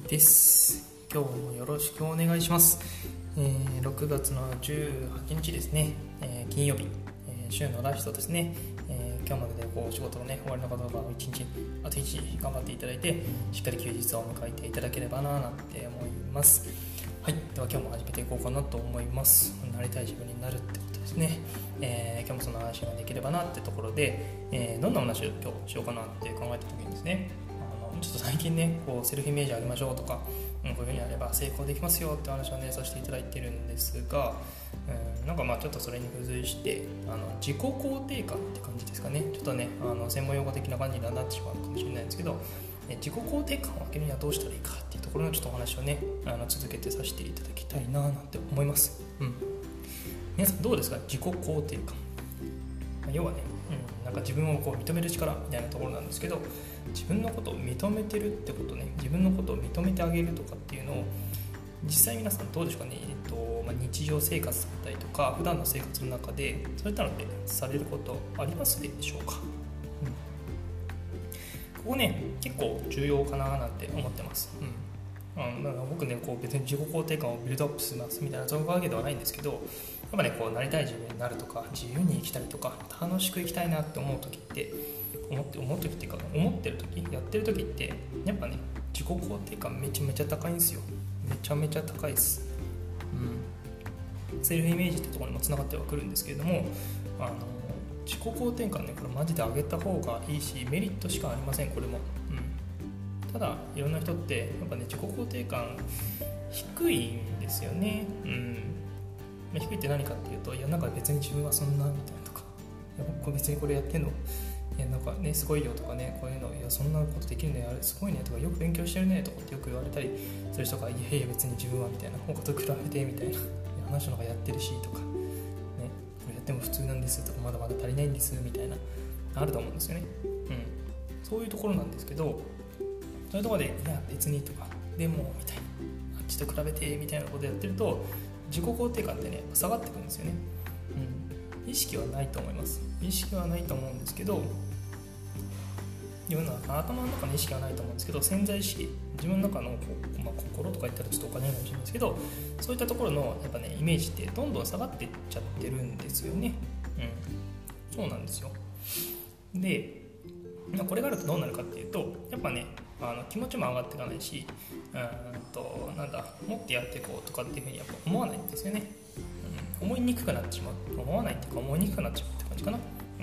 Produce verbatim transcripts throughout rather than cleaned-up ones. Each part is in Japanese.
です。今日もよろしくお願いします。えー、ろくがつのじゅうはちにちですね、えー、金曜日、えー、週のラストですね、えー、今日まででこう仕事をね終わりの方がいちにちあといちにち頑張っていただいて、しっかり休日を迎えていただければななんて思います。はい、では今日も始めていこうかなと思います。なりたい自分になるってことですね。えー、今日もその話ができればなってところで、えー、どんな話を今日しようかなって考えた時にですね、ちょっと最近ねこうセルフイメージ上げましょうとか、うん、こういう風にやれば成功できますよって話をねさせていただいてるんですが、うん、なんかまあちょっとそれに付随してあの自己肯定感って感じですかね。ちょっとねあの専門用語的な感じになってしまうかもしれないんですけど、自己肯定感を上げるにはどうしたらいいかっていうところのちょっとお話をねあの続けてさせていただきたいななんて思います。うん、皆さんどうですか、自己肯定感。要はね、うん、なんか自分をこう認める力みたいなところなんですけど、自分のことを認めてるってことね、自分のことを認めてあげるとかっていうのを実際皆さんどうですかね、えっとまあ、日常生活だったりとか普段の生活の中でそういったのでされることありますでしょうか。うん、ここね結構重要かななんて思ってます。うんあのだから僕ねこう別に自己肯定感をビルドアップしますみたいなそういうわけではないんですけど、やっぱねこうなりたい自分になるとか自由に生きたりとか楽しく生きたいなって思う時って思って思う時っていうか思ってる時やってる時ってやっぱね自己肯定感めちゃめちゃ高いんですよ。めちゃめちゃ高いです。うん、セルフイメージってところにもつながってはくるんですけれども、あの自己肯定感ねこれマジで上げた方がいいしメリットしかありませんこれも。ただいろんな人ってやっぱね自己肯定感低いんですよね。うん低いって何かっていうと、いやなんか別に自分はそんなみたいなとか、いや別にこれやってんのいやなんかねすごいよとかね、こういうのいやそんなことできるねあれすごいねとかよく勉強してるねとかってよく言われたりする人が、いやいや別に自分はみたいな他と比べてみたいな、いや話の方がやってるしとかね、これやっても普通なんですとかまだまだ足りないんですみたいなあると思うんですよね。うんそういうところなんですけど、そういうところでいや別にとかでもみたいな、あっちと比べてみたいなことやってると自己肯定感ってね下がってくるんですよね。うん、意識はないと思います意識はないと思うんですけど、世の中頭の中の意識はないと思うんですけど、潜在意識自分の中の、まあ、心とか言ったらちょっとお金ないかもしれないですけど、そういったところのやっぱねイメージってどんどん下がっていっちゃってるんですよね。うん、そうなんですよ。でこれがあるとどうなるかっていうと、やっぱねあの気持ちも上がっていかないし、うんとなんだもっとやっていこうとかっていうふうにやっぱ思わないんですよね。うん、思いにくくなってしまう思わないっていうか思いにくくなってしまうって感じかな。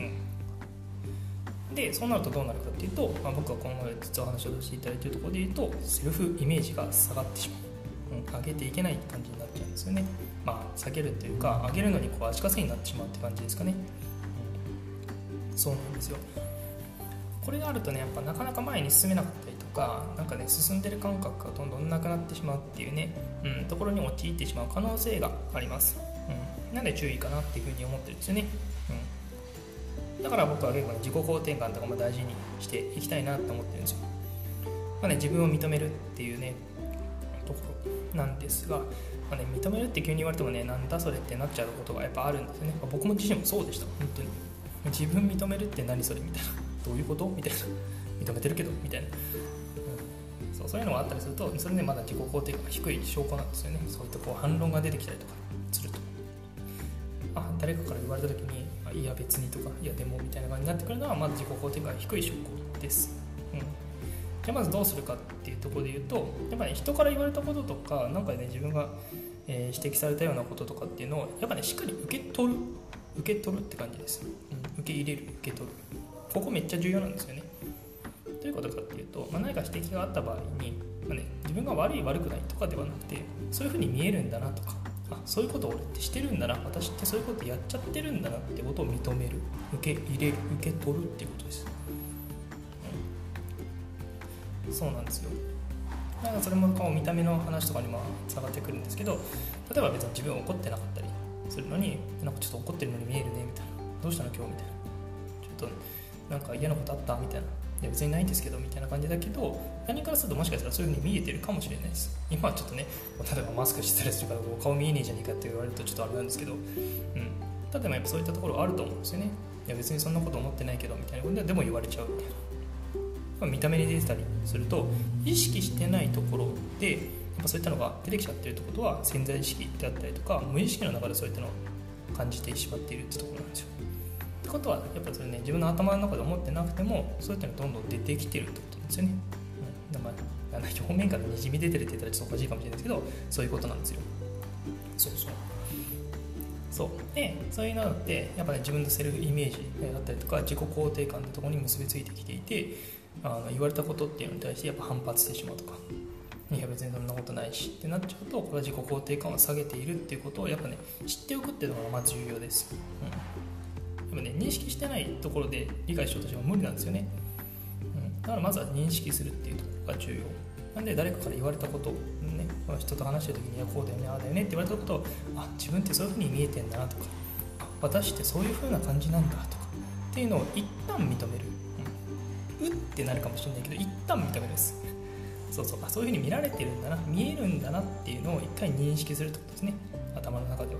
うん、でそうなるとどうなるかっていうと、まあ、僕はこの前実は話をしていただいているところで言うとセルフイメージが下がってしまう、うん、上げていけない感じになっちゃうんですよね。まあ下げるというか上げるのにこう足かせになってしまうって感じですかね。うん、そうなんですよ。これがあるとねやっぱなかなか前に進めなかったりとか、なんかね進んでる感覚がどんどんなくなってしまうっていうね、うん、ところに陥ってしまう可能性があります。うん、なので注意かなっていうふうに思ってるんですよね。うん、だから僕は結構ね自己肯定感とかも大事にしていきたいなって思ってるんですよ。まあね、自分を認めるっていうねところなんですが、まあね、認めるって急に言われてもねなんだそれってなっちゃうことがやっぱあるんですよね。まあ、僕も自身もそうでした。本当に自分認めるって何それみたいな、どういうことみたいな、認めてるけどみたいな、うん、そう、そういうのがあったりするとそれねまだ自己肯定感が低い証拠なんですよね。そういったこう反論が出てきたりとかすると、あ誰かから言われた時にいや別にとかいやでもみたいな感じになってくるのはまず自己肯定感が低い証拠です。うん、じゃあまずどうするかっていうところで言うと、やっぱり、ね、人から言われたこととかなんかね自分が、えー、指摘されたようなこととかっていうのをやっぱねしっかり受け取る受け取るって感じです。うん、受け入れる受け取る、ここめっちゃ重要なんですよね。どういうことかっていうと、まあ、何か指摘があった場合に、まあね、自分が悪い悪くないとかではなくて、そういう風に見えるんだなとか、あそういうことを俺ってしてるんだな、私ってそういうことやっちゃってるんだなってことを認める、受け入れる、受け取るっていうことです。うん、そうなんですよ。だからそれもこう見た目の話とかにもつながってくるんですけど、例えば別に自分は怒ってなかったりするのに、なんかちょっと怒ってるのに見えるねみたいな、どうしたの今日みたいな、ちょっとなんか嫌なことあったみたいな、いや別にないんですけどみたいな感じだけど、何からするともしかしたらそういう風に見えてるかもしれないです。今はちょっとね例えばマスクしてたりするから顔見えねえじゃねえかって言われるとちょっとあれなんですけど、うん、ただやっぱそういったところあると思うんですよね。いや別にそんなこと思ってないけどみたいなことでも言われちゃうみたいな、 見た目に出てたりすると意識してないところでやっぱそういったのが出てきちゃってるってことは潜在意識であったりとか無意識の中でそういったのを感じてしまっているってところなんですよ。ってことはやっぱりそれね自分の頭の中で思ってなくてもそういったのがどんどん出てきてるってことなんですよね。うん、だからまあ表面からにじみ出てるって言ったらちょっとおかしいかもしれないですけどそういうことなんですよ。そうそうそうでそういうのってやっぱり、ね、自分のセルフイメージだったりとか自己肯定感のところに結びついてきていてあの言われたことっていうのに対してやっぱ反発してしまうとかいや別にそんなことないしってなっちゃうとこれは自己肯定感を下げているっていうことをやっぱね知っておくっていうのがまず重要です、うん、やっぱね認識してないところで理解しようとしても無理なんですよね、うん、だからまずは認識するっていうところが重要なんで誰かから言われたことをね人と話してる時にいやこうだよねああだよねって言われたことをあ自分ってそういう風に見えてんだなとかあ私ってそういう風な感じなんだとかっていうのを一旦認める、うん、うってなるかもしれないけど一旦認めるんですそうそうあそういう風に見られてるんだな見えるんだなっていうのを一回認識するってことですね頭の中では、うん、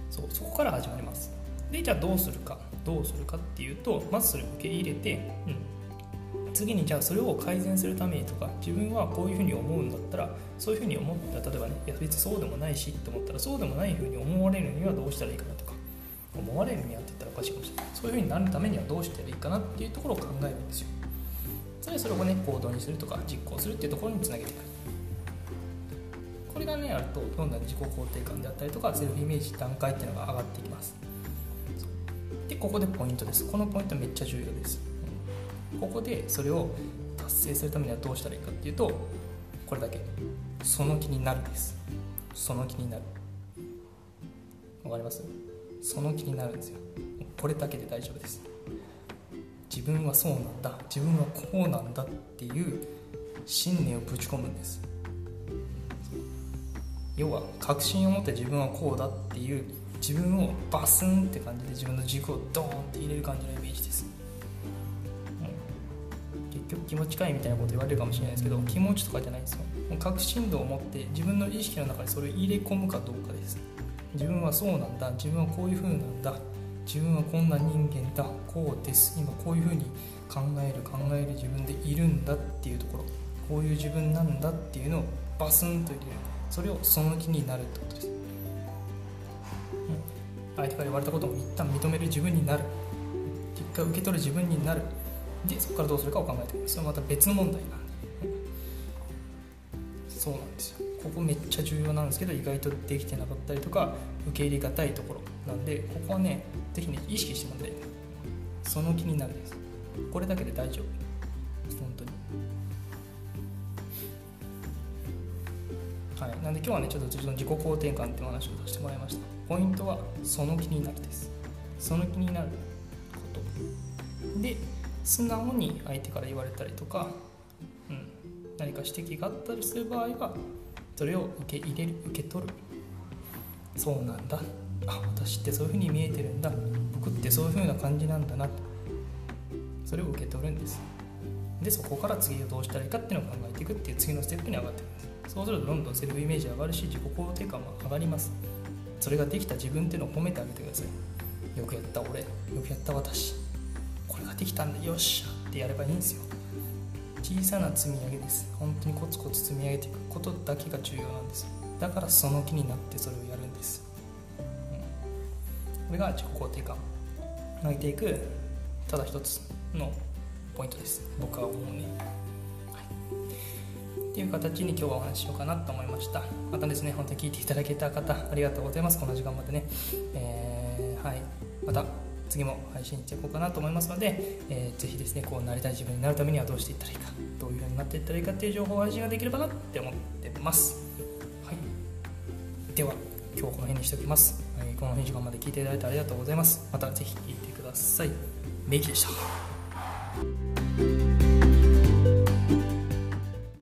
そうそこから始まりますでじゃあどうするかどうするかっていうとまずそれを受け入れて、うん次にじゃあそれを改善するためにとか自分はこういうふうに思うんだったらそういうふうに思ったら例えばねいや別にそうでもないしって思ったらそうでもないふうに思われるにはどうしたらいいかなとか思われるにはって言ったらおかしいかもしれないそういうふうになるためにはどうしたらいいかなっていうところを考えるんですよそれそれをね行動にするとか実行するっていうところにつなげていくこれがねあるとどんどん自己肯定感であったりとかセルフイメージ段階っていうのが上がっていきますでここでポイントですこのポイントめっちゃ重要ですここでそれを達成するためにはどうしたらいいかっていうとこれだけその気になるですその気になるわかりますその気になるんですよこれだけで大丈夫です自分はそうなんだ自分はこうなんだっていう信念をぶち込むんです要は確信を持って自分はこうだっていう自分をバスンって感じで自分の軸をドーンって入れる感じのイメージです結局気持ちかいみたいなこと言われるかもしれないですけど気持ちとかじゃないんですよもう確信度を持って自分の意識の中にそれを入れ込むかどうかです自分はそうなんだ自分はこういう風なんだ自分はこんな人間だこうです今こういう風に考える考える自分でいるんだっていうところこういう自分なんだっていうのをバスンと入れるそれをその気になるってことです、うん、相手から言われたことも一旦認める自分になる一回受け取る自分になるでそこからどうするかを考えていくそれはまた別の問題なんで、うん、そうなんですよここめっちゃ重要なんですけど意外とできてなかったりとか受け入れがたいところなんでここはねぜひね意識してもらいたいその気になるんですこれだけで大丈夫本当にはい、なんで今日はねちょっと自分の自己肯定感っていう話をさせてもらいましたポイントはその気になるですその気になることで素直に相手から言われたりとか、うん、何か指摘があったりする場合はそれを受け入れる受け取るそうなんだあ私ってそういう風に見えてるんだ僕ってそういう風な感じなんだなそれを受け取るんですでそこから次をどうしたらいいかっていうのを考えていくっていう次のステップに上がっていくんですそうするとどんどんセルフイメージ上がるし自己肯定感も上がりますそれができた自分っていうのを褒めてあげてくださいよくやった俺よくやった私これができたんだよっしゃってやればいいんですよ小さな積み上げです本当にコツコツ積み上げていくことだけが重要なんですだからその気になってそれをやるんです、うん、これが自己肯定感上げていくただ一つのポイントです僕は思うね、はい、っていう形に今日はお話ししようかなと思いましたまたですね本当に聞いていただけた方ありがとうございますこの時間までね、えー、はいまた次も配信していこうかなと思いますので、えー、ぜひですねこうなりたい自分になるためにはどうしていったらいいかどういう風になっていったらいいかっていう情報を配信ができればなって思ってます、はい、では今日はこの辺にしておきます、はい、この時間まで聞いていただいてありがとうございますまたぜひ聞いてくださいメイキでした。